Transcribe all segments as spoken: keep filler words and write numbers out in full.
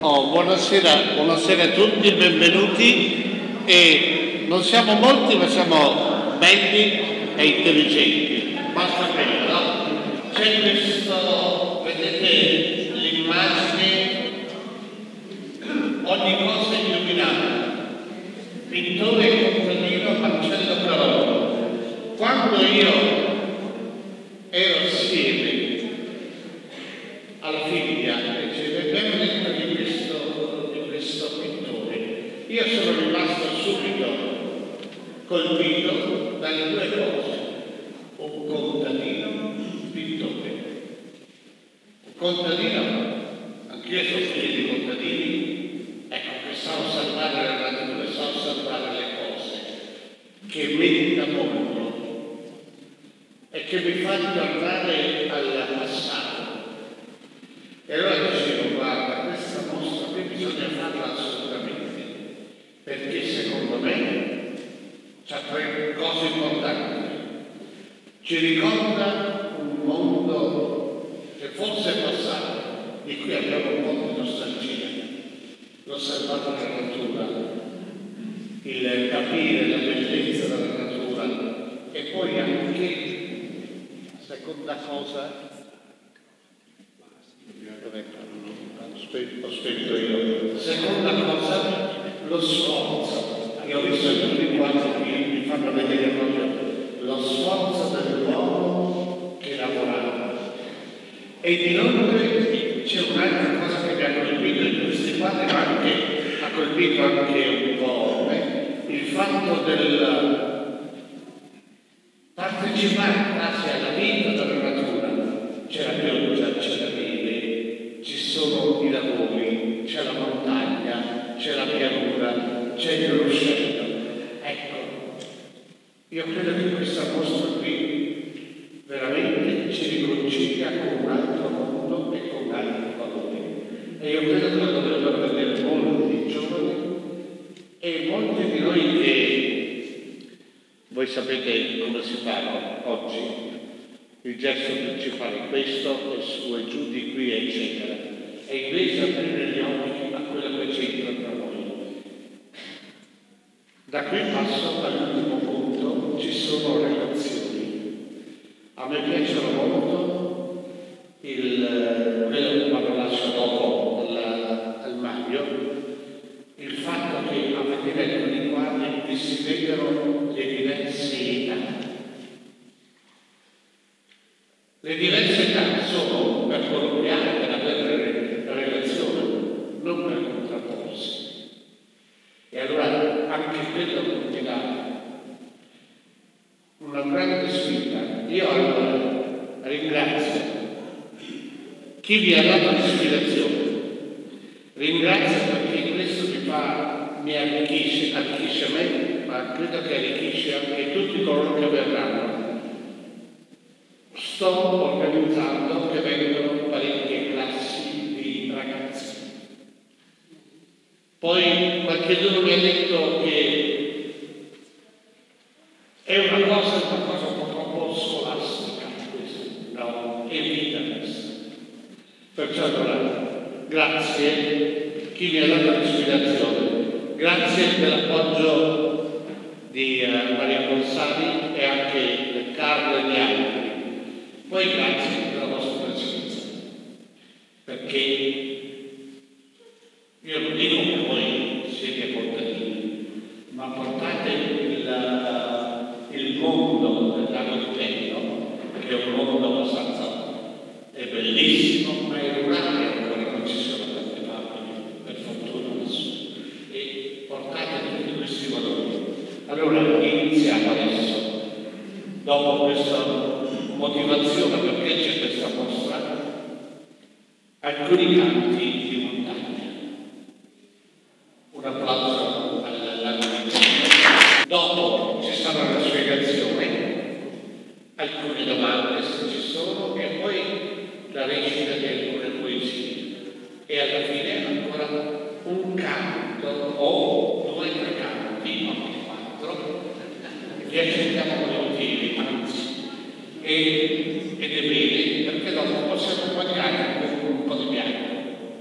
Oh, buonasera, buonasera a tutti, benvenuti. E non siamo molti, ma siamo belli e intelligenti. Basta quello, no? C'è questo, vedete l'immagine, ogni cosa illuminata. Pittore e contadino Marcello Carollo. Quando io ero assieme alla figlia e ci abbiamo detto di questo, di questo pittore, io sono rimasto subito colpito dalle due cose: un contadino, un pittore. Un contadino, anch'io sono figlio di contadini, ecco, che sa osservare la natura, sa osservare le cose, che medita molto e che mi fa tornare al passato. E allora dicevo, guarda, questa mostra qui bisogna farla assolutamente, perché secondo me c'ha tre cose importanti. Ci ricorda un mondo che forse è passato, di cui abbiamo un po' di nostalgia, l'osservare la natura, il capire la bellezza della natura, e poi anche, seconda cosa, ho spento io. Seconda cosa, lo sforzo. Io ho visto tutti quanti qui, mi fanno vedere proprio lo sforzo dell'uomo che lavorava. E inoltre c'è un'altra cosa che mi ha colpito in questi quadri, ma anche ha colpito anche un po' me, il fatto del partecipare quasi alla vita della natura. C'è la pioggia, c'è la neve, ci sono i lavori, c'è la montagna, c'è la pianura, c'è il ruscello. Ecco, io credo che questa mostra qui veramente ci riconcilia con un altro mondo e con altri valori. E io credo che lo dovrebbero vedere molti giovani e molti di noi che voi sapete come si fa oggi. Il gesto principale è questo, e su e giù di qui, eccetera. E invece aprire gli occhi a quello che c'entra tra noi. Da qui passo all'ultimo punto, ci sono relazioni. A me piacciono molto il, quello, ma lo lascio dopo al, al Mario, il fatto che a vedere alcuni quadri si vedono le diverse età. Le diverse età sono per colloquiare, per avere relazione, non per contrapporsi. E allora anche quello mi dà una grande sfida. Io allora ringrazio chi vi ha dato l'ispirazione, ringrazio perché questo mi fa, mi arricchisce, arricchisce me, ma credo che arricchisce anche tutti coloro che verranno. Sto organizzando che vengono parecchie classi di ragazzi. Poi qualcuno mi ha detto che è una cosa, una cosa un po' troppo scolastica, questa, no? È vita questa. Perciò allora, grazie chi mi ha dato l'ispirazione, grazie dell'appoggio di uh, Maria Consani e anche del Carlo e gli altri. Poi grazie per la vostra pazienza, perché io non dico che voi siete contadini, ma portate il, il mondo del lago di Pello, che è un mondo abbastanza, è bellissimo, ma è rurale, ancora non ci sono tante fabbriche, per fortuna adesso, e portate tutti questi valori. Allora iniziamo adesso, dopo questa motivazione perché c'è questa mostra, alcuni canti di montagna. Un applauso alla guida. Dopo ci sarà la spiegazione, alcune domande se ci sono, e poi la recita di alcune poesie. E alla fine ancora un canto o due o tre canti, non quattro, li accettiamo volentieri, anzi. E, ed è bene, perché dopo possiamo pagare con un po' di bianco.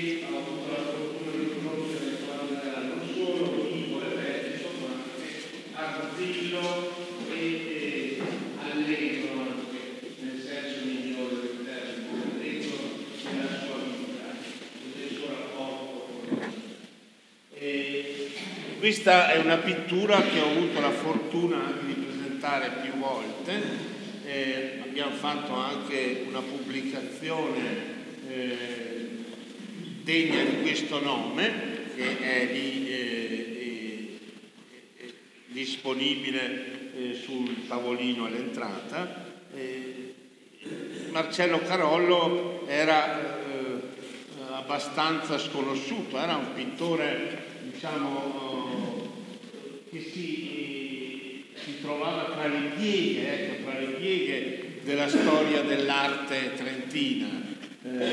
che ho avuto la fortuna di conoscere non solo vivo e reggio, ma anche arzillo e eh, allegro anche, nel senso migliore del termine, allegro nella sua vita, nel suo rapporto con noi. E questa è una pittura che ho avuto la fortuna anche di presentare più volte. Eh, abbiamo fatto anche una pubblicazione eh, degna di questo nome, che è lì eh, eh, disponibile eh, sul tavolino all'entrata. Eh, Marcello Carollo era eh, abbastanza sconosciuto, era un pittore, diciamo, eh, che si si trovava tra le pieghe, ecco, tra le pieghe della storia dell'arte trentina. Eh,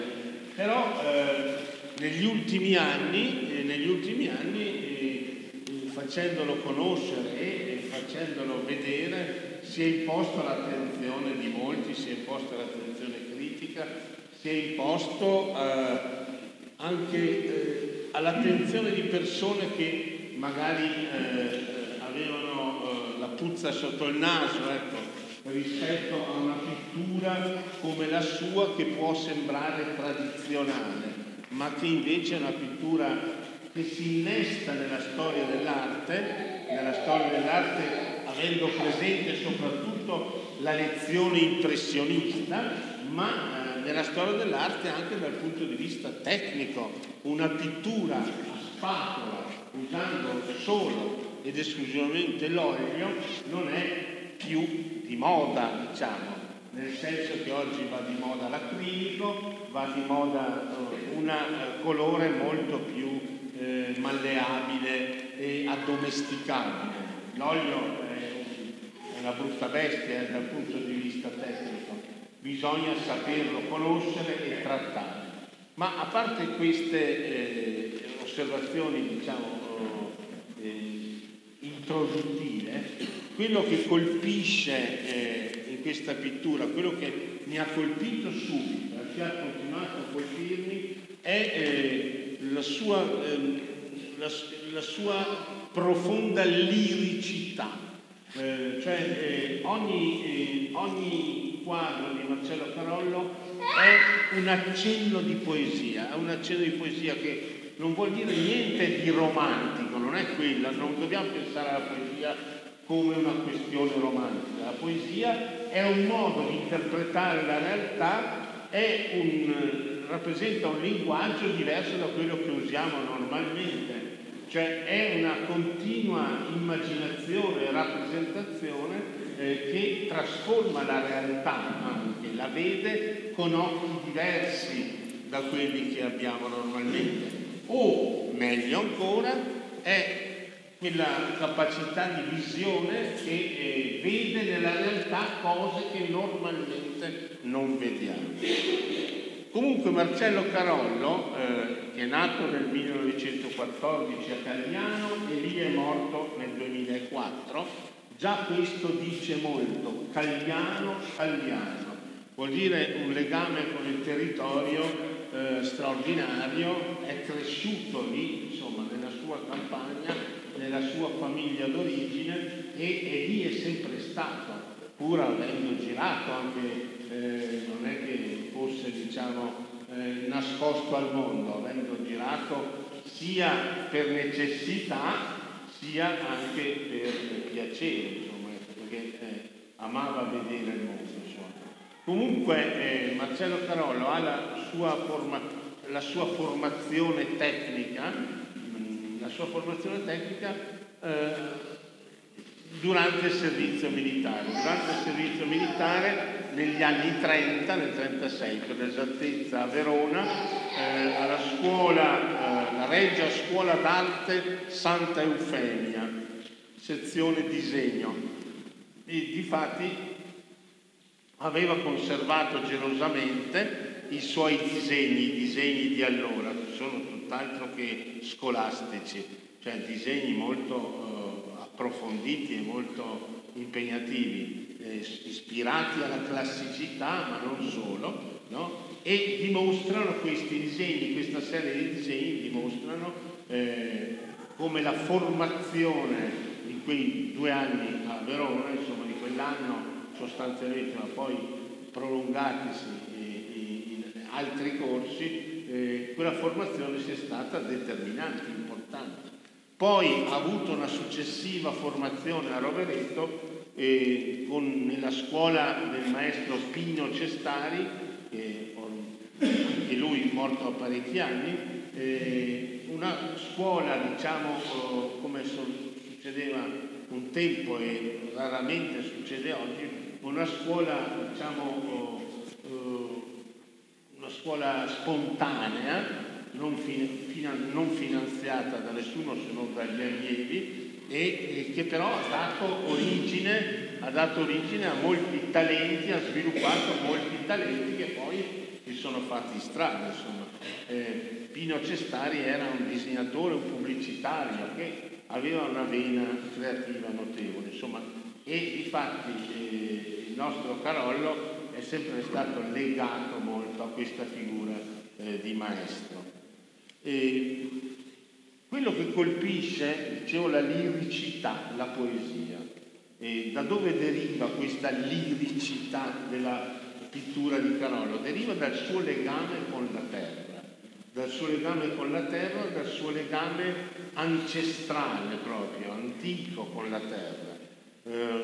però eh, negli ultimi anni, eh, negli ultimi anni eh, facendolo conoscere e facendolo vedere, si è imposto l'attenzione di molti, si è imposta l'attenzione critica, si è imposto eh, anche eh, all'attenzione di persone che magari eh, avevano eh, la puzza sotto il naso, ecco, rispetto a una pittura come la sua che può sembrare tradizionale, ma che invece è una pittura che si innesta nella storia dell'arte, nella storia dell'arte avendo presente soprattutto la lezione impressionista, ma eh, nella storia dell'arte anche dal punto di vista tecnico. Una pittura a spatola, usando solo ed esclusivamente l'olio, non è più di moda, diciamo, nel senso che oggi va di moda l'acrilico, va di moda uh, un uh, colore molto più eh, malleabile e addomesticabile. L'olio è una brutta bestia eh, dal punto di vista tecnico, bisogna saperlo conoscere e trattare. Ma a parte queste eh, osservazioni, diciamo, eh, introduttive, quello che colpisce eh, in questa pittura, quello che mi ha colpito subito e che ha continuato a colpirmi è eh, la, sua, eh, la, la sua profonda liricità. Eh, cioè eh, ogni, eh, ogni quadro di Marcello Carollo è un accenno di poesia, è un accenno di poesia che non vuol dire niente di romantico, non è quella, non dobbiamo pensare alla poesia come una questione romantica. La poesia è un modo di interpretare la realtà, è un, rappresenta un linguaggio diverso da quello che usiamo normalmente, cioè è una continua immaginazione e rappresentazione eh, che trasforma la realtà anche, la vede con occhi diversi da quelli che abbiamo normalmente. O, meglio ancora, è quella capacità di visione che eh, vede nella realtà cose che normalmente non vediamo. Comunque Marcello Carollo, eh, che è nato nel millenovecentoquattordici a Cagliano e lì è morto nel duemilaquattro, già questo dice molto. Cagliano, Cagliano, vuol dire un legame con il territorio eh, straordinario, è cresciuto lì, insomma, nella sua campagna, nella sua famiglia d'origine e, e lì è sempre stato, pur avendo girato anche, eh, non è che fosse, diciamo, eh, nascosto al mondo, avendo girato sia per necessità sia anche per piacere, insomma, perché eh, amava vedere il mondo. Insomma. Comunque eh, Marcello Carollo ha la sua, forma, la sua formazione tecnica, mh, la sua formazione tecnica eh, durante il servizio militare. Durante il servizio militare negli anni trenta, nel trentasei per l'esattezza a Verona, eh, alla scuola, eh, la Regia Scuola d'Arte Santa Eufemia, sezione disegno. E difatti aveva conservato gelosamente i suoi disegni, i disegni di allora, che sono tutt'altro che scolastici, cioè disegni molto eh, approfonditi e molto impegnativi, eh, ispirati alla classicità, ma non solo, no? e dimostrano questi disegni, questa serie di disegni dimostrano eh, come la formazione di quei due anni a Verona, insomma di quell'anno sostanzialmente, ma poi prolungatisi in altri corsi, eh, quella formazione sia stata determinante, importante. Poi ha avuto una successiva formazione a Rovereto eh, con la scuola del maestro Pino Cestari, che anche lui morto a parecchi anni, eh, una scuola, diciamo, eh, come succedeva un tempo e raramente succede oggi, una scuola, diciamo, eh, una scuola spontanea, non, fi- finan- non finanziata da nessuno se non dagli allievi, e, e che però ha dato origine, ha dato origine a molti talenti, ha sviluppato molti talenti che poi si sono fatti strada, insomma. Eh, Pino Cestari era un disegnatore, un pubblicitario che aveva una vena creativa notevole, insomma, e infatti eh, il nostro Carollo è sempre stato legato molto a questa figura eh, di maestro. E quello che colpisce, dicevo, la liricità, la poesia. E da dove deriva questa liricità della pittura di Carollo? Deriva dal suo legame con la terra, dal suo legame con la terra, dal suo legame ancestrale proprio, antico con la terra. Eh,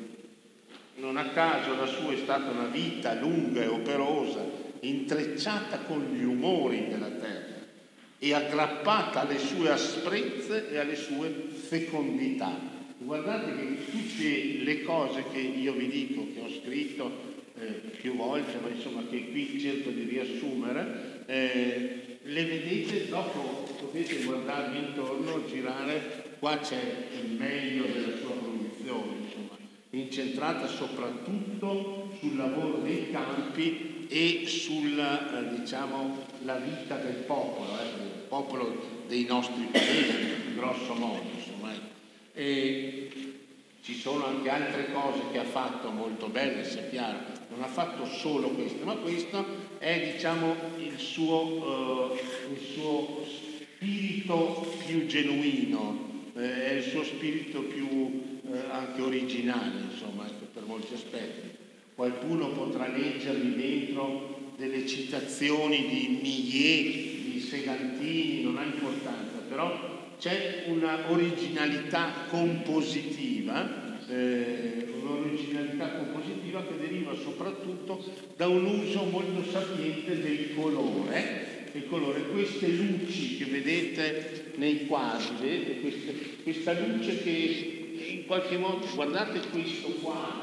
non a caso la sua è stata una vita lunga e operosa, intrecciata con gli umori della terra e aggrappata alle sue asprezze e alle sue fecondità. Guardate che tutte le cose che io vi dico, che ho scritto eh, più volte, ma insomma che qui cerco di riassumere, eh, le vedete dopo, potete guardarvi intorno, girare, qua c'è il meglio della sua produzione, insomma, incentrata soprattutto sul lavoro dei campi e sulla, eh, diciamo, la vita del popolo, eh, del popolo dei nostri paesi, grosso modo, insomma. E ci sono anche altre cose che ha fatto molto belle, sia chiaro, non ha fatto solo questo, ma questo è, diciamo, il suo, eh, il suo spirito più genuino, eh, è il suo spirito più eh, anche originale, insomma, ecco, per molti aspetti. Qualcuno potrà leggervi dentro delle citazioni di Millet, di Segantini, non ha importanza, però c'è una originalità compositiva, eh, un'originalità compositiva che deriva soprattutto da un uso molto sapiente del colore. Il colore, queste luci che vedete nei quadri, vedete queste, questa luce che in qualche modo, guardate questo quadro,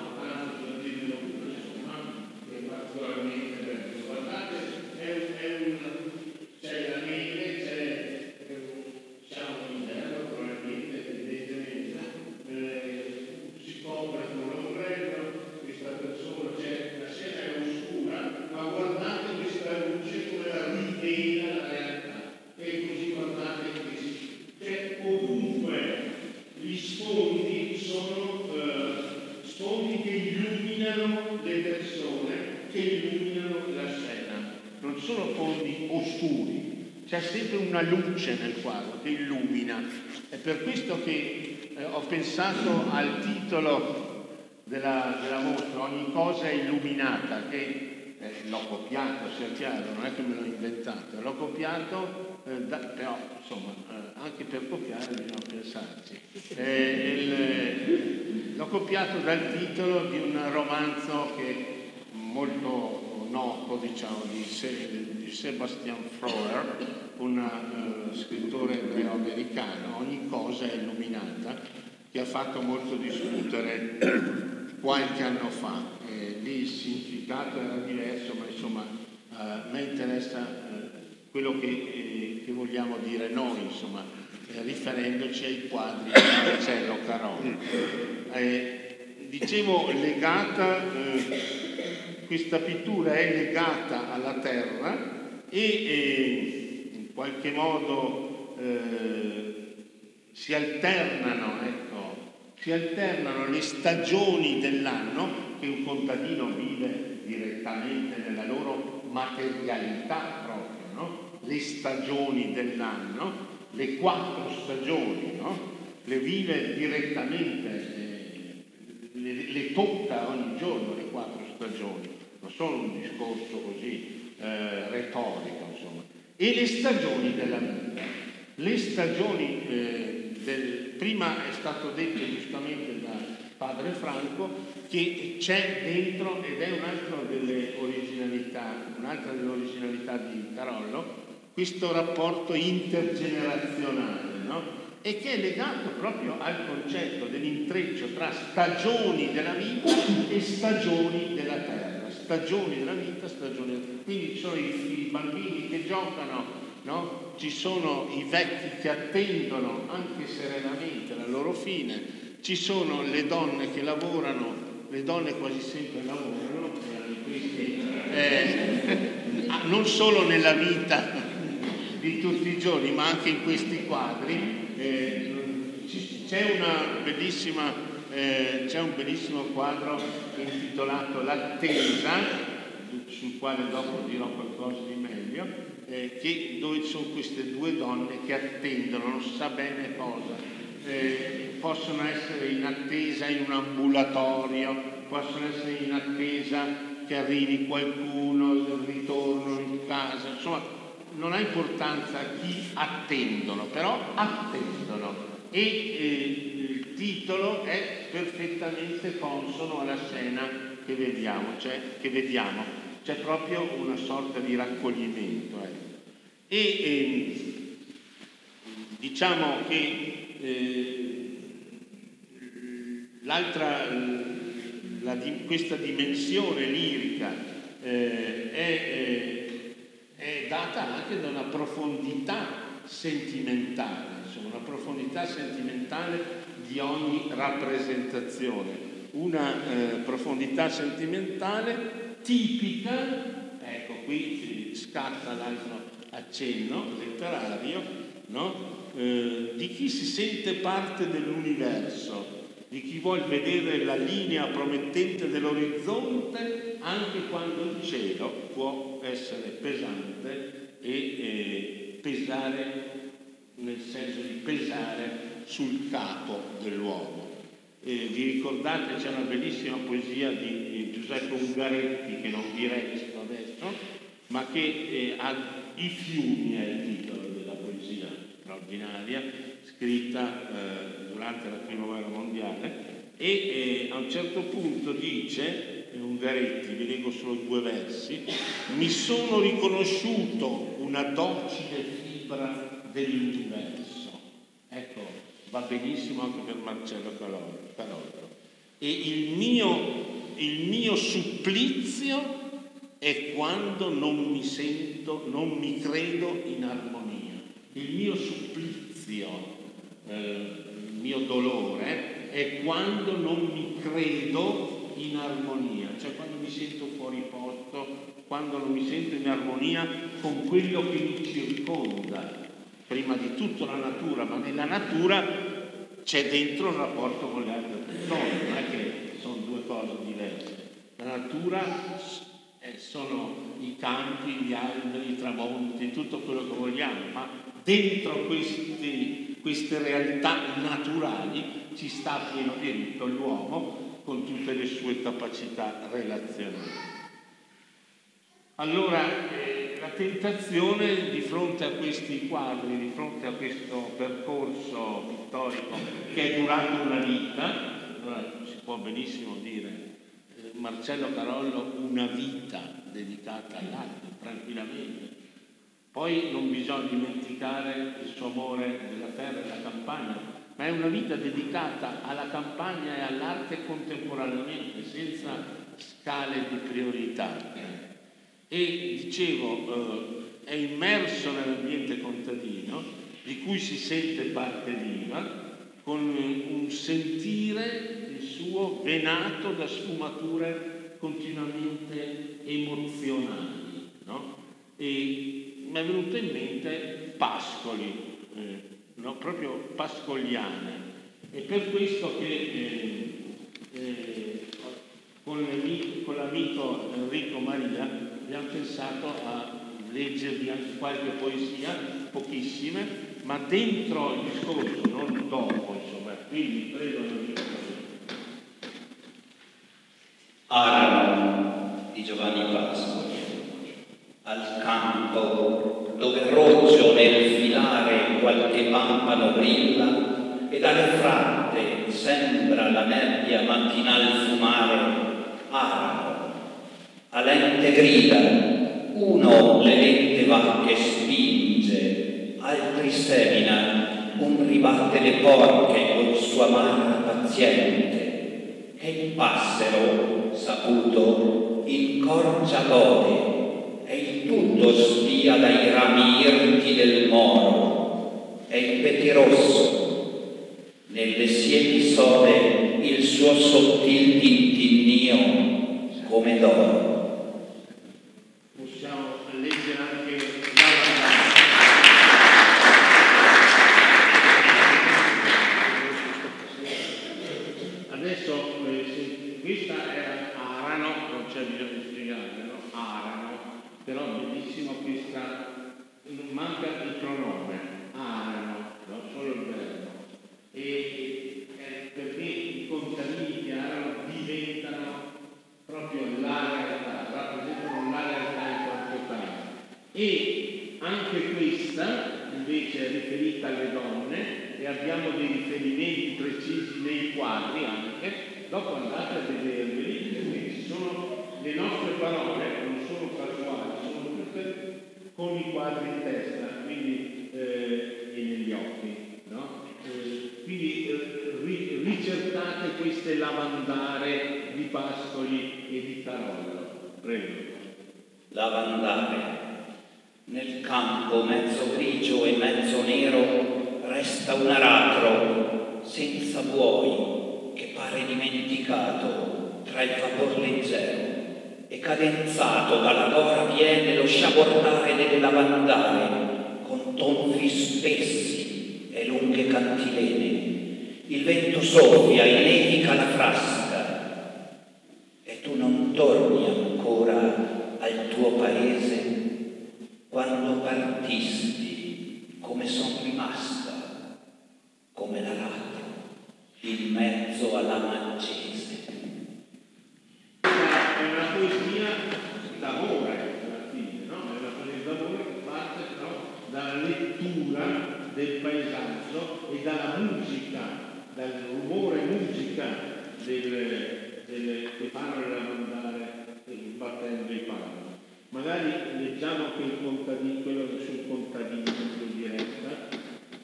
particolarmente bello, guardate, è, è un, c'è la neve, c'è, siamo in inverno probabilmente, evidentemente, eh, si copre con l'ombrello, questa persona, c'è, la scena è oscura, ma guardate questa luce come la rivela la realtà, e così guardate che c'è ovunque, gli sfondi sono eh, sfondi che illuminano le persone, che illuminano la scena, non sono fondi oscuri, c'è sempre una luce nel quadro che illumina. È per questo che eh, ho pensato al titolo della, della mostra, Ogni cosa è illuminata, che eh, l'ho copiato, sia chiaro, non è che me l'ho inventato, l'ho copiato, eh, da, però insomma eh, anche per copiare bisogna pensarci. Eh, il, l'ho copiato dal titolo di un romanzo che molto noto, diciamo, di, Se, di Sebastian Froer, un uh, scrittore ebreo-americano, Ogni cosa è illuminata, che ha fatto molto discutere qualche anno fa. Eh, lì il significato era diverso, ma insomma uh, a me interessa uh, quello che, eh, che vogliamo dire noi, insomma, eh, riferendoci ai quadri di Marcello Carollo. Eh, dicevo, legata... Eh, questa pittura è legata alla terra e eh, in qualche modo eh, si alternano, ecco, si alternano le stagioni dell'anno che un contadino vive direttamente nella loro materialità proprio, no? Le stagioni dell'anno, le quattro stagioni, no? Le vive direttamente, eh, le, le tocca ogni giorno le quattro stagioni, non sono un discorso così eh, retorico, insomma. E le stagioni della vita, le stagioni eh, del, prima è stato detto giustamente da padre Franco che c'è dentro, ed è un'altra delle originalità, un'altra delle originalità di Carollo, questo rapporto intergenerazionale, no? E che è legato proprio al concetto dell'intreccio tra stagioni della vita e stagioni della terra, stagioni della vita, stagioni della terra. Quindi ci sono i, i bambini che giocano, no? Ci sono i vecchi che attendono anche serenamente la loro fine, ci sono le donne che lavorano, le donne quasi sempre lavorano, questi, eh, non solo nella vita di tutti i giorni, ma anche in questi quadri. Eh, c'è una bellissima, eh, c'è un bellissimo quadro intitolato L'attesa, sul quale dopo dirò qualcosa di meglio, eh, che, dove ci sono queste due donne che attendono, non si sa bene cosa, eh, possono essere in attesa in un ambulatorio, possono essere in attesa che arrivi qualcuno, il ritorno in casa, insomma non ha importanza chi attendono, però attendono e eh, il titolo è perfettamente consono alla scena che vediamo, cioè che vediamo, c'è proprio una sorta di raccoglimento. Eh. E eh, diciamo che eh, l'altra, la, questa dimensione lirica eh, è eh, è data anche da una profondità sentimentale, insomma, una profondità sentimentale di ogni rappresentazione, una eh, profondità sentimentale tipica, ecco qui scatta l'altro accenno letterario, no? eh, di chi si sente parte dell'universo, di chi vuol vedere la linea promettente dell'orizzonte anche quando il cielo può essere pesante e eh, pesare, nel senso di pesare sul capo dell'uomo. Eh, vi ricordate, c'è una bellissima poesia di Giuseppe Ungaretti, che non vi resto adesso, ma che eh, ha I fiumi, è il titolo della poesia straordinaria, scritta eh, durante la prima guerra mondiale, e eh, a un certo punto dice eh, Ungaretti, vi leggo solo due versi: mi sono riconosciuto una docile fibra dell'universo. Ecco, va benissimo anche per Marcello Carollo. E il mio, il mio supplizio è quando non mi sento, non mi credo in armonia. Il mio supplizio, eh, il mio dolore, è quando non mi credo in armonia, cioè quando mi sento fuori posto, quando non mi sento in armonia con quello che mi circonda. Prima di tutto la natura, ma nella natura c'è dentro un rapporto con le altre persone, non è che sono due cose diverse. La natura eh, sono i campi, gli alberi, i tramonti, tutto quello che vogliamo, ma dentro questi, queste realtà naturali ci sta a pieno diritto l'uomo con tutte le sue capacità relazionali. Allora, eh, la tentazione di fronte a questi quadri, di fronte a questo percorso pittorico che è durato una vita, allora si può benissimo dire eh, Marcello Carollo una vita dedicata all'arte, tranquillamente. Poi non bisogna dimenticare il suo amore della terra e della campagna, ma è una vita dedicata alla campagna e all'arte contemporaneamente, senza scale di priorità. E dicevo, eh, è immerso nell'ambiente contadino, di cui si sente parte viva, con un sentire il suo venato da sfumature continuamente emozionali, no? E mi è venuto in mente Pascoli, eh, no? Proprio pascoliane. È per questo che eh, eh, con, con l'amico Enrico Maria abbiamo pensato a leggervi anche qualche poesia, pochissime, ma dentro il discorso, non dopo, insomma. Quindi prego. Arano di Giovanni Pascoli. Al campo dove roggio nel filare qualche pampano brilla e dalle fratte sembra la nebbia mattinal fumare, arano, a lente grida, uno le lente vacche spinge, altri semina, un ribatte le porche con sua mano paziente, e il passero, saputo, incorcia gode, e il tutto spia dai rami irti del moro, e il petirosso, nelle siepi sode, il suo sottil tintinnio come d'oro. Possiamo leggere anche adesso, eh, questa era Arano, non c'è bisogno di spiegare, no? Arano, però bellissimo questa, non manca il pronome, Arano, no? Solo il verbo. E eh, perché i contadini di Arano diventano proprio la realtà, rappresentano la realtà in quanto tale. E anche questa invece è riferita alle donne, e abbiamo dei riferimenti precisi nei quadri anche, dopo andate a vederveli, perché ci sono le nostre parole, non sono casuali, sono tutte con i quadri in testa, quindi eh, e negli occhi, no? Eh, quindi eh, ri- ricercate queste lavandare di Pascoli e di Carollo. Prego. Lavandare. Nel campo mezzo grigio e mezzo nero resta un aratro senza buoi che pare dimenticato tra il vapor leggero, e cadenzato dalla gora viene lo sciabornare delle lavandare con tonfi spessi e lunghe cantilene. Il vento soffia e nevica la frasca, e tu non torni ancora al tuo paese quando partisti, come son rimasta, come l'aratro, in mezzo alla Maggese. È una poesia d'amore, alla fine, no? È una poesia d'amore che parte però dalla lettura del paesaggio e dalla musica, dal rumore musica del, del, che fanno le lavandare battendo i panni. Magari leggiamo anche il contadino, quello sul contadino in diretta.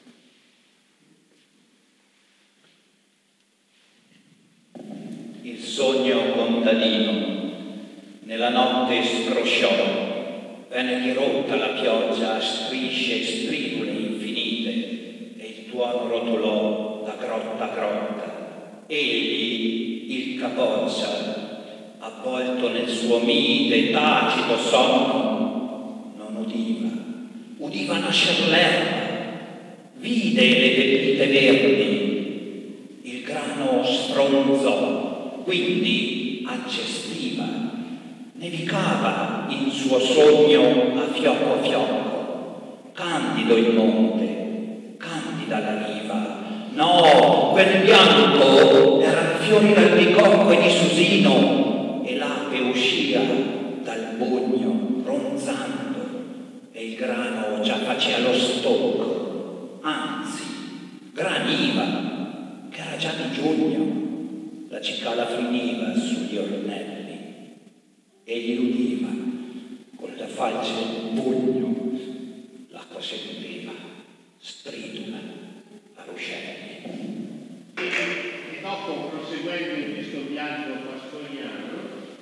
Il sogno contadino nella notte scrosciò, venne dirotta la pioggia a strisce e stridule infinite, e il tuono rotolò da grotta a grotta. Egli, il capoccia, avvolto nel suo mite e tacito sonno, non udiva, udiva nascer l'erba, vide le pepite verdi, il grano sfronzò, quindi accestiva, nevicava in suo sogno a fiocco a fiocco, candido il monte, candida la riva. No, quel bianco erano fiori d'albicocco e di susino, e l'ape uscia dal bugno ronzando, e il grano già faceva lo stocco, anzi graniva, che era già di giugno, la cicala finiva sugli ornelli, egli udiva con la falce del pugno, l'acqua sentiva stridula a ruscelli. E dopo, proseguendo in questo viaggio pascoliano,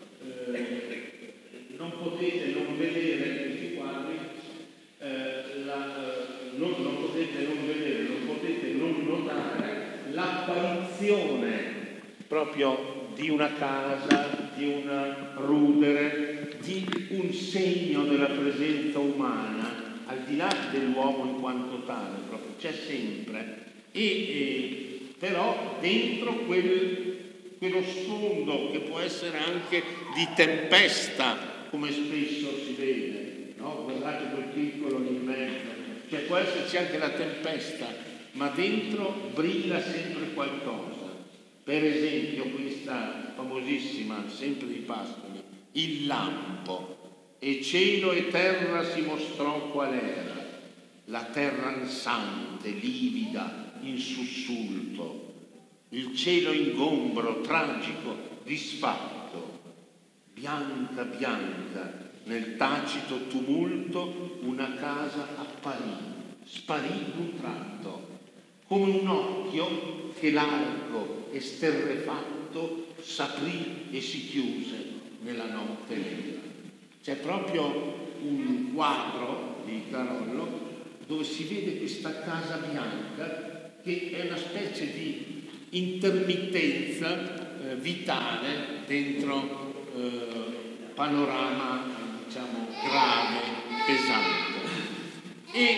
non potete non vedere questi quadri, eh, la, eh, non, non potete non vedere, non potete non notare l'apparizione proprio di una casa, di una rudere, di un segno della presenza umana, al di là dell'uomo in quanto tale, proprio c'è sempre. E, e però dentro quel quello sfondo che può essere anche di tempesta come spesso si vede, no? Guardate quel piccolo lì in mezzo, cioè può esserci anche la tempesta, ma dentro brilla sempre qualcosa. Per esempio questa famosissima, sempre di Pascoli, il lampo, e cielo e terra si mostrò qual era, la terra ansante, livida, in sussulto, il cielo ingombro, tragico, disfatto, bianca bianca, nel tacito tumulto una casa apparì, sparì d'un tratto, come un occhio che largo e sterrefatto s'aprì e si chiuse nella notte nera. C'è proprio un quadro di Carollo dove si vede questa casa bianca che è una specie di intermittenza eh, vitale dentro eh, panorama, diciamo, grave, pesante. E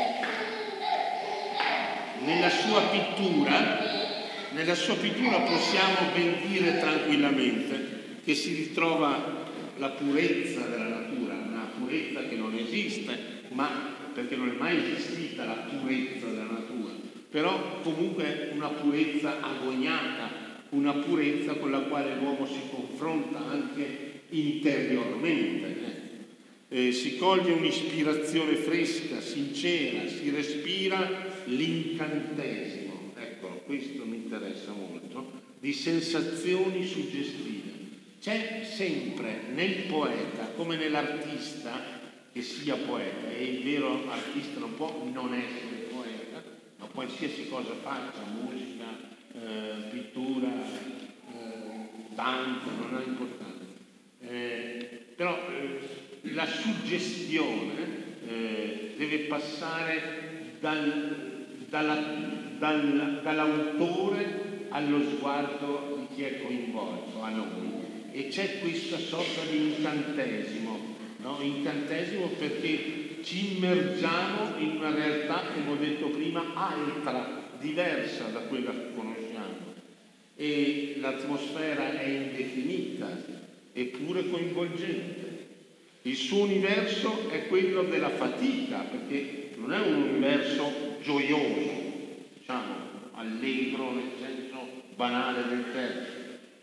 nella sua pittura, nella sua pittura possiamo ben dire tranquillamente che si ritrova la purezza della natura, una purezza che non esiste, ma perché non è mai esistita la purezza della natura, però comunque una purezza agognata, una purezza con la quale l'uomo si confronta anche interiormente. Eh, si coglie un'ispirazione fresca, sincera, si respira l'incantesimo, ecco, questo mi interessa molto, di sensazioni suggestive. C'è sempre nel poeta, come nell'artista, che sia poeta, e il vero artista non può non essere poeta, ma qualsiasi cosa faccia, musica, eh, pittura, eh, danza, non ha importanza. Eh, però eh, la suggestione eh, deve passare dal, dalla, dal, dall'autore allo sguardo di chi è coinvolto, a noi. E c'è questa sorta di incantesimo, no? Incantesimo perché ci immergiamo in una realtà, come ho detto prima, altra, diversa da quella che conosciamo. E l'atmosfera è indefinita, eppure coinvolgente. Il suo universo è quello della fatica, perché non è un universo gioioso, diciamo, allegro nel senso banale del termine.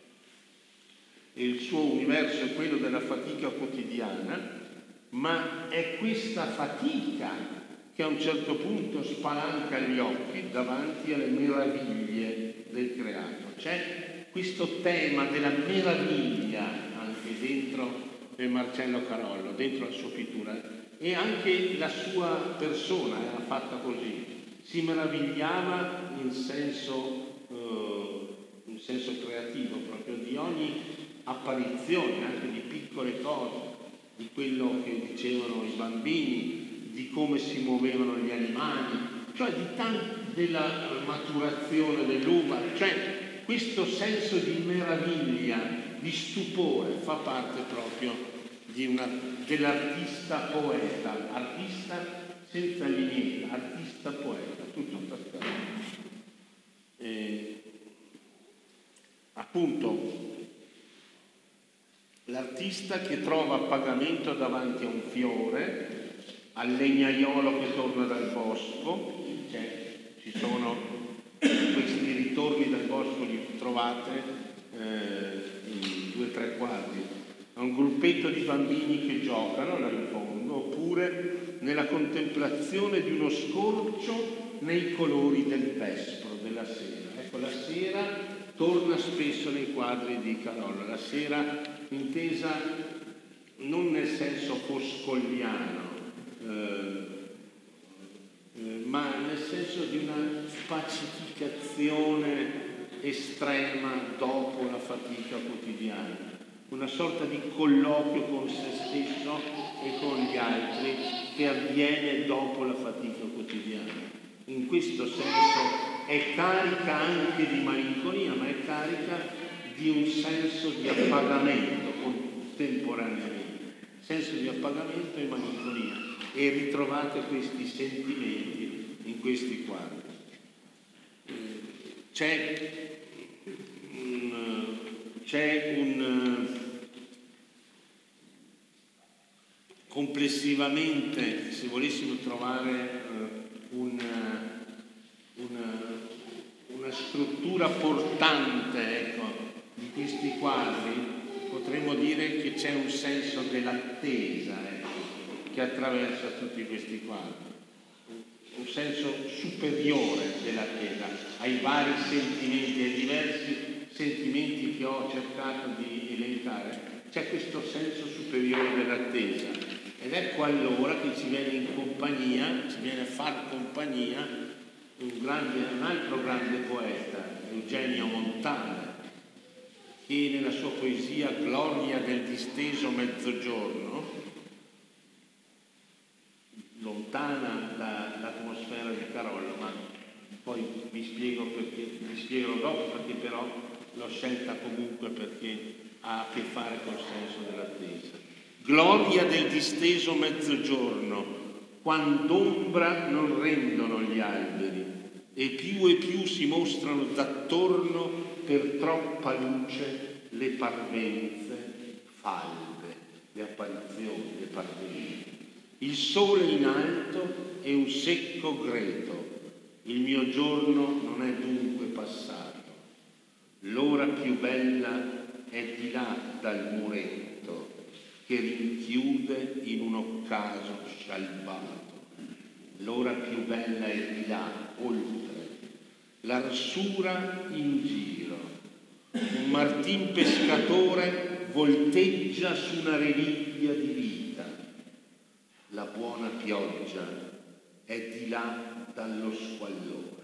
Il suo universo è quello della fatica quotidiana, ma è questa fatica che a un certo punto spalanca gli occhi davanti alle meraviglie del creato. C'è questo tema della meraviglia anche dentro Marcello Carollo, dentro la sua pittura, e anche la sua persona era fatta così, si meravigliava in senso, eh, in senso creativo proprio di ogni apparizioni, anche di piccole cose, di quello che dicevano i bambini, di come si muovevano gli animali, cioè di tanto della maturazione dell'uva, cioè questo senso di meraviglia, di stupore fa parte proprio di una, dell'artista poeta, artista senza linea, artista poeta, tutto sta eh, appunto l'artista che trova pagamento davanti a un fiore, al legnaiolo che torna dal bosco, cioè, ci sono questi ritorni dal bosco, li trovate eh, in due o tre quadri, a un gruppetto di bambini che giocano là in fondo, oppure nella contemplazione di uno scorcio nei colori del vespro, della sera. Ecco, la sera torna spesso nei quadri di Carollo, la sera intesa non nel senso foscoliano, eh, eh, ma nel senso di una pacificazione estrema dopo la fatica quotidiana, una sorta di colloquio con se stesso e con gli altri che avviene dopo la fatica quotidiana. In questo senso è carica anche di malinconia, ma è carica di un senso di appagamento contemporaneamente, senso di appagamento e malinconia, e ritrovate questi sentimenti in questi quadri. C'è un, c'è un complessivamente, se volessimo trovare eh, una, una, una struttura portante, ecco, di questi quadri, potremmo dire che c'è un senso dell'attesa, ecco, che attraversa tutti questi quadri, un senso superiore dell'attesa ai vari sentimenti, ai diversi sentimenti che ho cercato di elencare. C'è questo senso superiore dell'attesa, ed ecco allora che ci viene in compagnia, ci viene a far compagnia un, grande, un altro grande poeta, Eugenio Montale, che nella sua poesia Gloria del disteso mezzogiorno, lontana dall'atmosfera di Carollo, ma poi vi spiego perché, vi spiegherò dopo, perché però l'ho scelta comunque perché ha a che fare col senso dell'attesa. Gloria del disteso mezzogiorno, quand'ombra non rendono gli alberi, e più e più si mostrano d'attorno per troppa luce le parvenze falde, le apparizioni, le parvenze. Il sole in alto è un secco greto, il mio giorno non è dunque passato, l'ora più bella è di là dal muretto che rinchiude in un occaso scialbato, l'ora più bella è di là, oltre, l'arsura in giro, un martin pescatore volteggia su una religlia di vita, la buona pioggia è di là dallo squallore,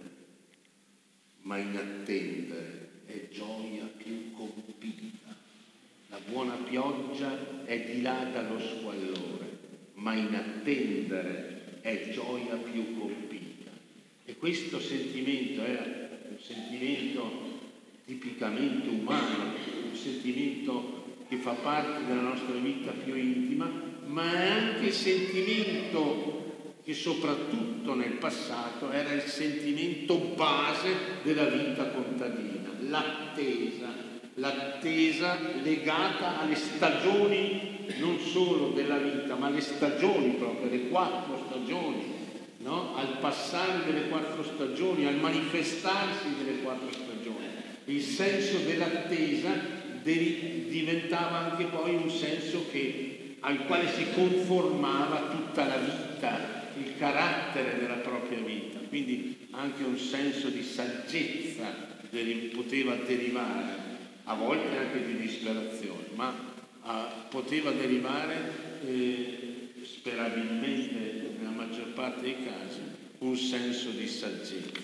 ma in attendere è gioia più compita. La buona pioggia è di là dallo squallore, ma in attendere è gioia più compita. E questo sentimento è un sentimento tipicamente umano, un sentimento che fa parte della nostra vita più intima, ma è anche sentimento che soprattutto nel passato era il sentimento base della vita contadina, l'attesa, l'attesa legata alle stagioni non solo della vita, ma alle stagioni proprio, le quattro stagioni, no? Al passare delle quattro stagioni, al manifestarsi delle quattro stagioni. Il senso dell'attesa de- diventava anche poi un senso che, al quale si conformava tutta la vita, il carattere della propria vita, quindi anche un senso di saggezza deri- poteva derivare, a volte anche di disperazione, ma uh, poteva derivare, eh, sperabilmente nella maggior parte dei casi, un senso di saggezza.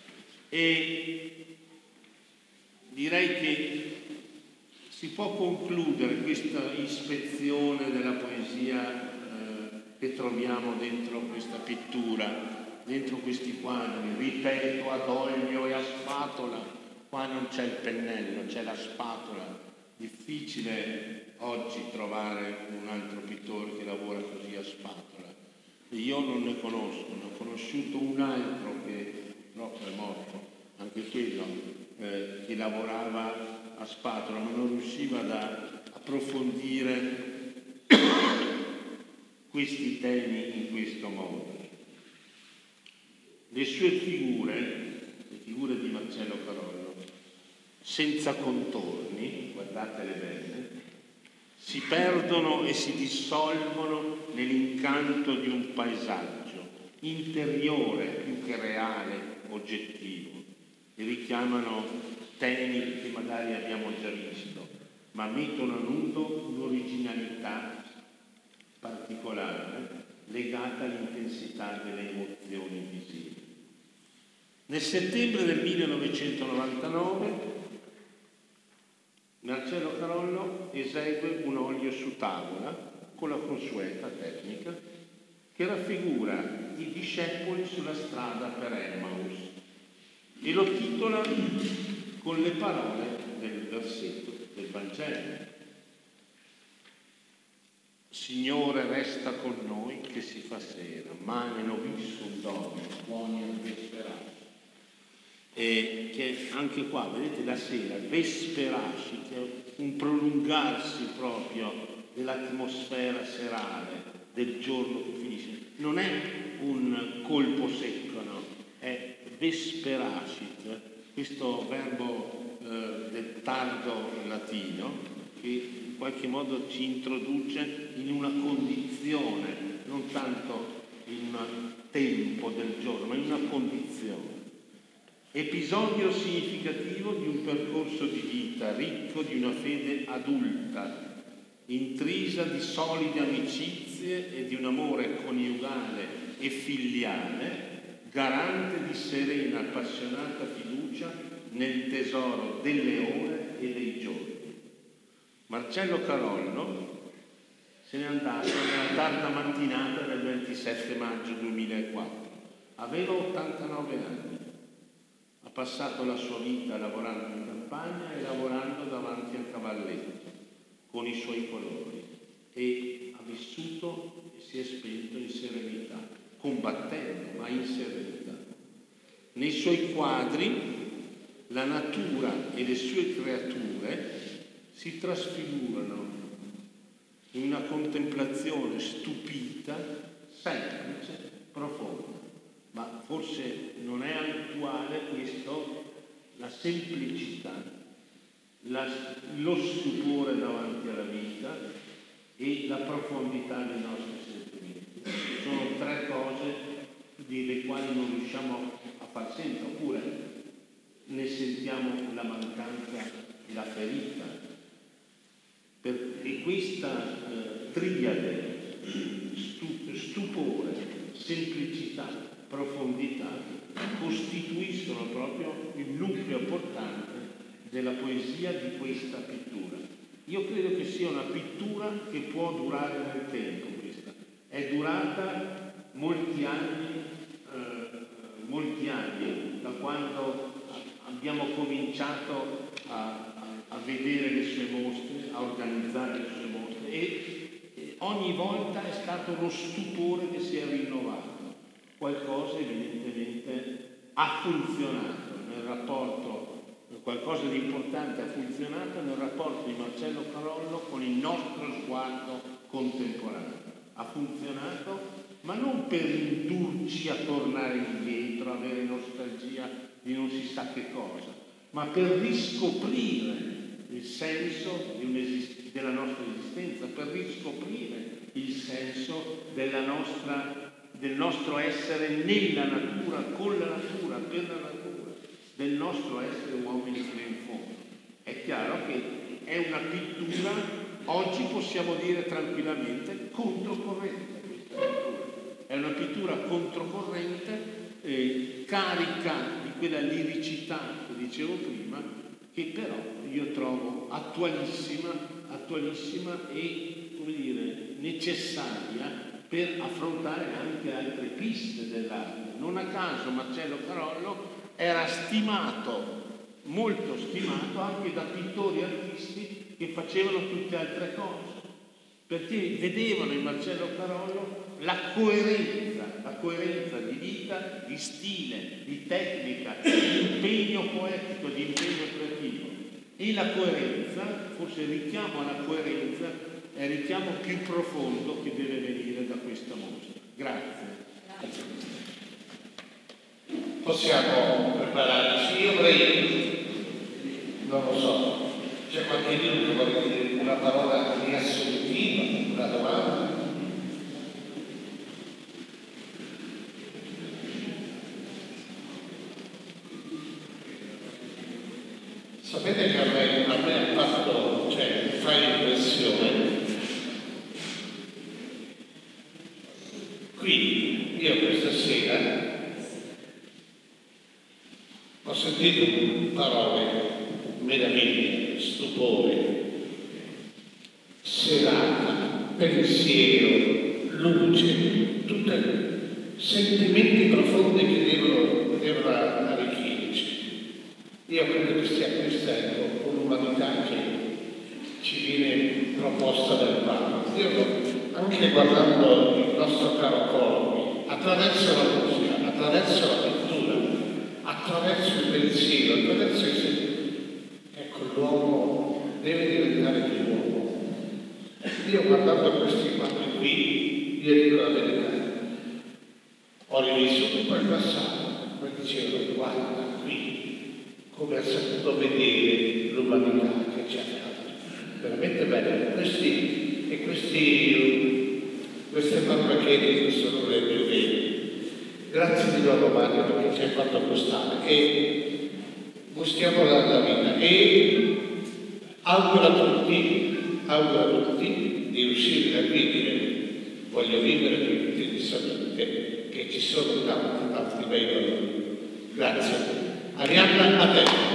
E direi che si può concludere questa ispezione della poesia che troviamo dentro questa pittura, dentro questi quadri, ripeto, ad olio e a spatola. Qua non c'è il pennello, c'è la spatola. Difficile oggi trovare un altro pittore che lavora così a spatola. Io non ne conosco, ne ho conosciuto un altro che proprio è morto, anche quello, eh, che lavorava a spatola, ma non riusciva ad approfondire questi temi in questo modo. Le sue figure, le figure di Marcello Carollo, senza contorni, guardatele bene, si perdono e si dissolvono nell'incanto di un paesaggio interiore più che reale, oggettivo, e richiamano temi che magari abbiamo già visto, ma mettono a nudo un'originalità particolare legata all'intensità delle emozioni visive. Nel settembre del millenovecentonovantanove Marcello Carollo esegue un olio su tavola con la consueta tecnica che raffigura i discepoli sulla strada per Emmaus e lo titola con le parole del versetto del Vangelo. Signore, resta con noi che si fa sera, mane novissum domino, buoni a vesperasci. E che anche qua, vedete, la sera, vesperasci, che è un prolungarsi proprio dell'atmosfera serale, del giorno che finisce. Non è un colpo secco, no? È vesperacit, questo verbo eh, del tardo latino che in qualche modo ci introduce in una condizione, non tanto in un tempo del giorno, ma in una condizione. Episodio significativo di un percorso di vita ricco di una fede adulta, intrisa di solide amicizie e di un amore coniugale e filiale, garante di serena, appassionata fiducia nel tesoro delle ore e dei giorni. Marcello Carollo se n'è andato nella tarda mattinata del ventisette maggio duemilaquattro. Aveva ottantanove anni. Ha passato la sua vita lavorando in campagna e lavorando davanti al cavalletto, con i suoi colori, e ha vissuto e si è spento in serenità, combattendo, ma in serenità. Nei suoi quadri la natura e le sue creature si trasfigurano in una contemplazione stupita, semplice, profonda. Ma forse non è abituale questo, la semplicità, la, lo stupore davanti alla vita e la profondità dei nostri sentimenti. Sono tre cose delle quali non riusciamo a far senza, oppure ne sentiamo la mancanza e la ferita. Per, e questa eh, triade, stu, stupore, semplicità, profondità, costituiscono proprio il nucleo portante della poesia di questa pittura. Io credo che sia una pittura che può durare nel tempo. Questa è durata molti anni, eh, molti anni da quando abbiamo cominciato a, a, a vedere le sue mostre, a organizzare le sue mostre, e, e ogni volta è stato lo stupore che si è rinnovato. Qualcosa evidentemente ha funzionato nel rapporto, qualcosa di importante ha funzionato nel rapporto di Marcello Carollo con il nostro sguardo contemporaneo. Ha funzionato, ma non per indurci a tornare indietro, avere nostalgia di non si sa che cosa, ma per riscoprire il senso di della nostra esistenza, per riscoprire il senso della nostra del nostro essere nella natura, con la natura, per la natura, del nostro essere uomini fino in fondo. È chiaro che è una pittura, oggi possiamo dire tranquillamente, controcorrente questa pittura. È una pittura controcorrente, eh, carica di quella liricità che dicevo prima, che però io trovo attualissima, attualissima e, come dire, necessaria per affrontare anche altre piste dell'arte. Non a caso Marcello Carollo era stimato, molto stimato, anche da pittori e artisti che facevano tutte altre cose, perché vedevano in Marcello Carollo la coerenza, la coerenza di vita, di stile, di tecnica, di impegno poetico, di impegno creativo. E la coerenza, forse il richiamo alla coerenza, è il richiamo più profondo che deve venire da questa mostra. Grazie. Possiamo prepararci. Io vorrei, non lo so, c'è qualche libro che vuole dire una parola riassuntiva, una domanda? Sapete che a me, a me ha fatto, cioè, fa impressione. Quindi io questa sera ho sentito parole, meraviglia, stupore, serata, pensiero, luce, tutti sentimenti profondi che devono, devono arricchirci. Io credo che sia questa, ecco, un'umanità che ci viene proposta dal Papa. Io, anche guardando il nostro caro Colombi, attraverso la musica, attraverso la pittura, attraverso il pensiero, attraverso il... ecco, l'uomo deve diventare più uomo. Io guardando questi quadri qui, io dicevano: guarda qui come ha saputo vedere l'umanità che ci ha dato. Veramente bello. Questi, e questi, queste parolacchie sono le più vere. Grazie di nuovo Mario perché ci hai fatto costare e gustiamo la, la vita e auguro a tutti, auguro a tutti di uscire da qui e dire: voglio vivere più intensamente, che ci sono tanti, tanti bei valori. Grazie. Arianna, a te.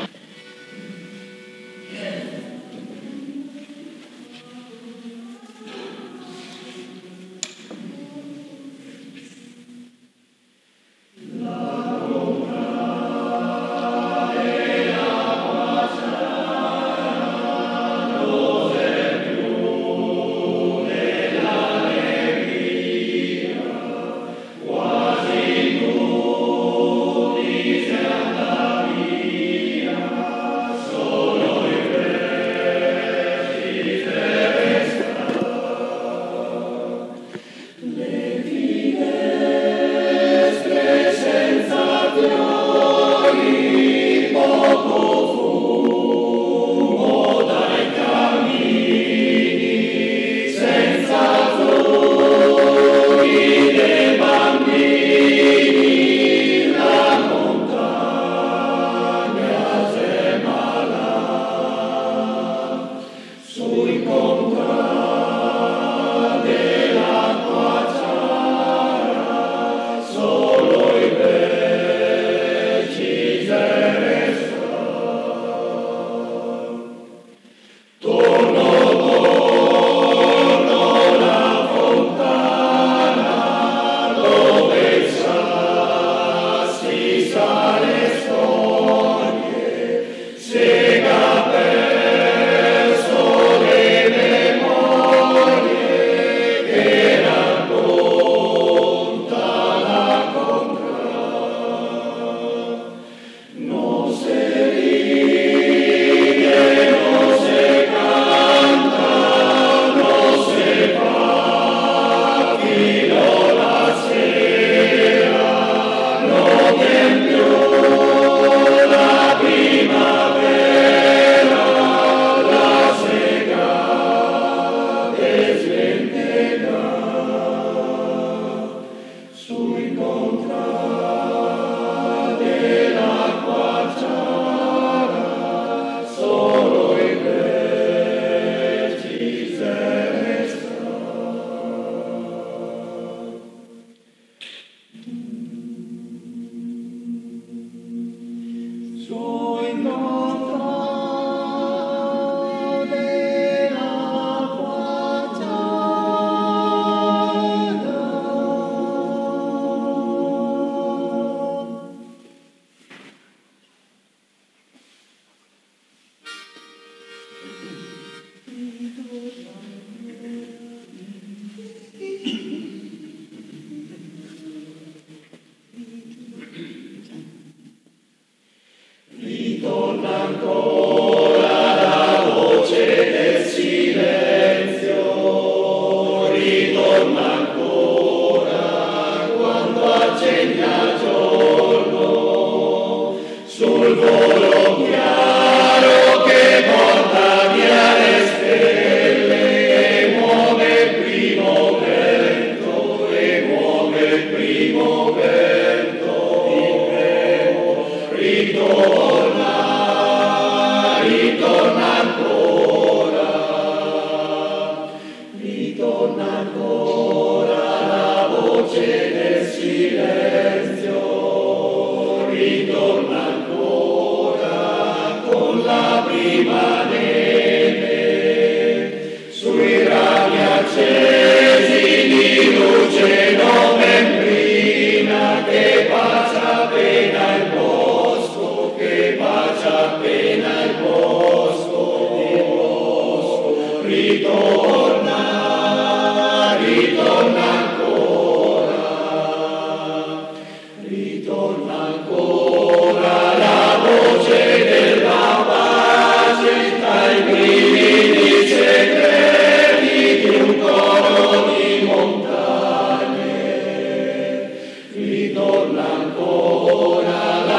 Ritorna ancora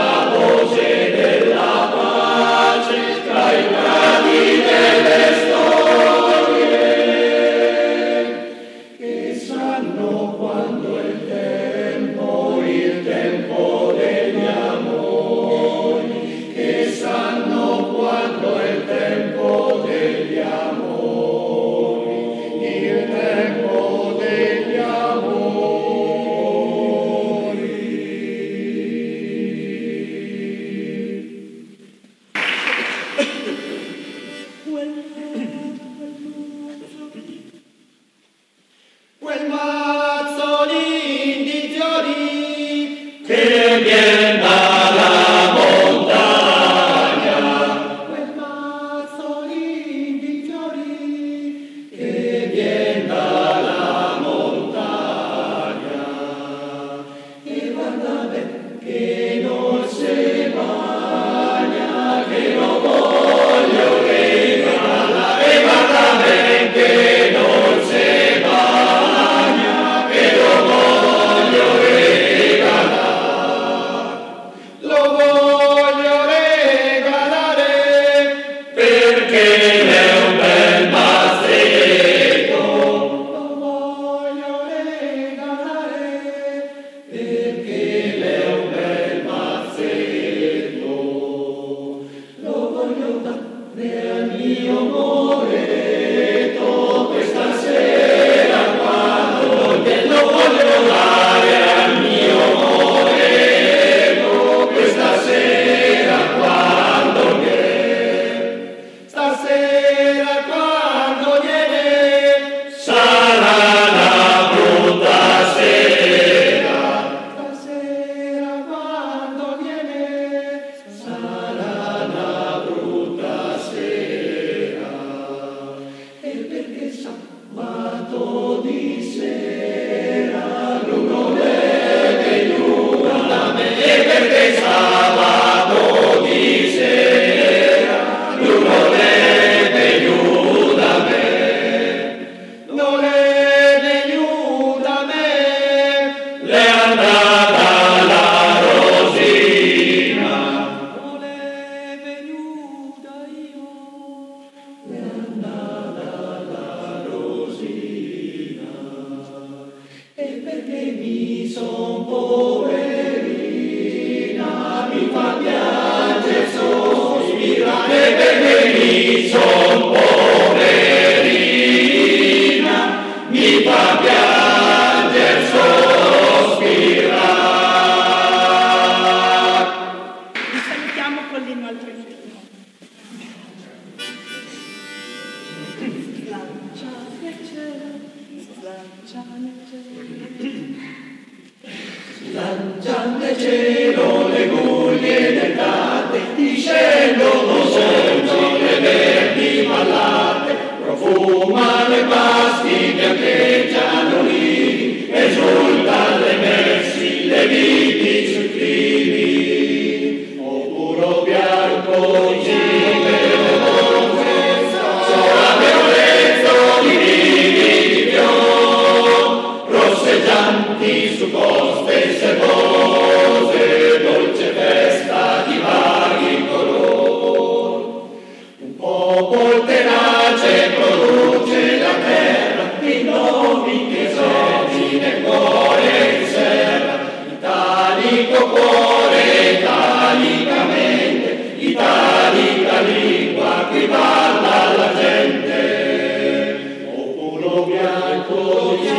rosseggianti su coste sebose, dolce festa di vaghi color. Un popolo tenace produce la terra, i nomi che sono nel cuore riserva, italico cuore, italicamente, italica lingua, qui parla la gente. Popolo bianco di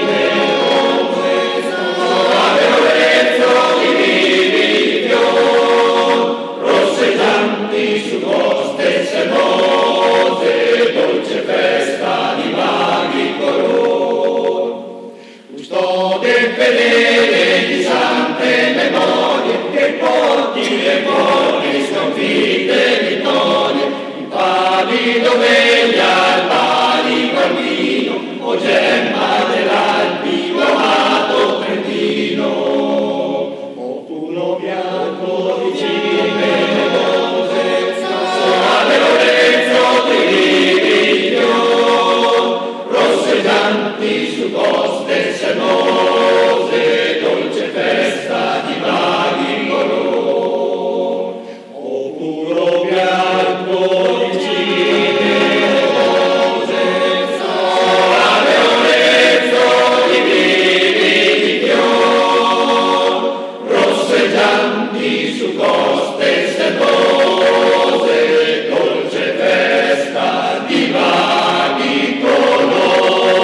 su coste sebose, dolce festa di vaghi color. Custode fedele di sante memorie, che porti e cuori sconfitte vittorie, in pallido veglia al palico albino, o gemma dell'Alpi, o amato Trentino. Populo bianco di cime, su coste sebose, dolce festa di vaghi color. O puro bianco di cime rose, soave orezzo di vivi di fior, rosseggianti su coste sebose, dolce festa di vaghi color.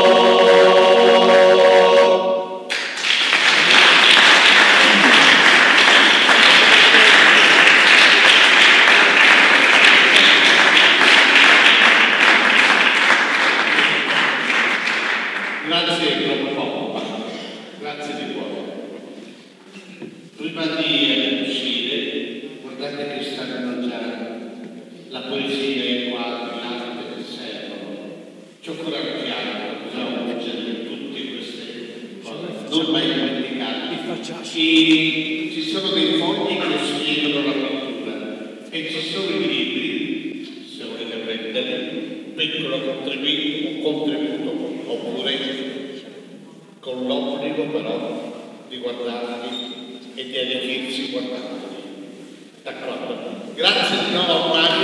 Grazie troppo, grazie di cuore. Prima di uscire, guardate che stanno già la poesia, i quadri, l'arte che servono. C'è ancora chiaro, bisogna leggere tutte queste cose, non mai dimenticate. Ci, ci sono dei fogli che spiegano la cultura e ci sono i libri, se volete prendere, piccolo contributo, contributo oppure con l'obbligo però di guardarli e di arricchirsi guardandoli. D'accordo? Grazie di nuovo a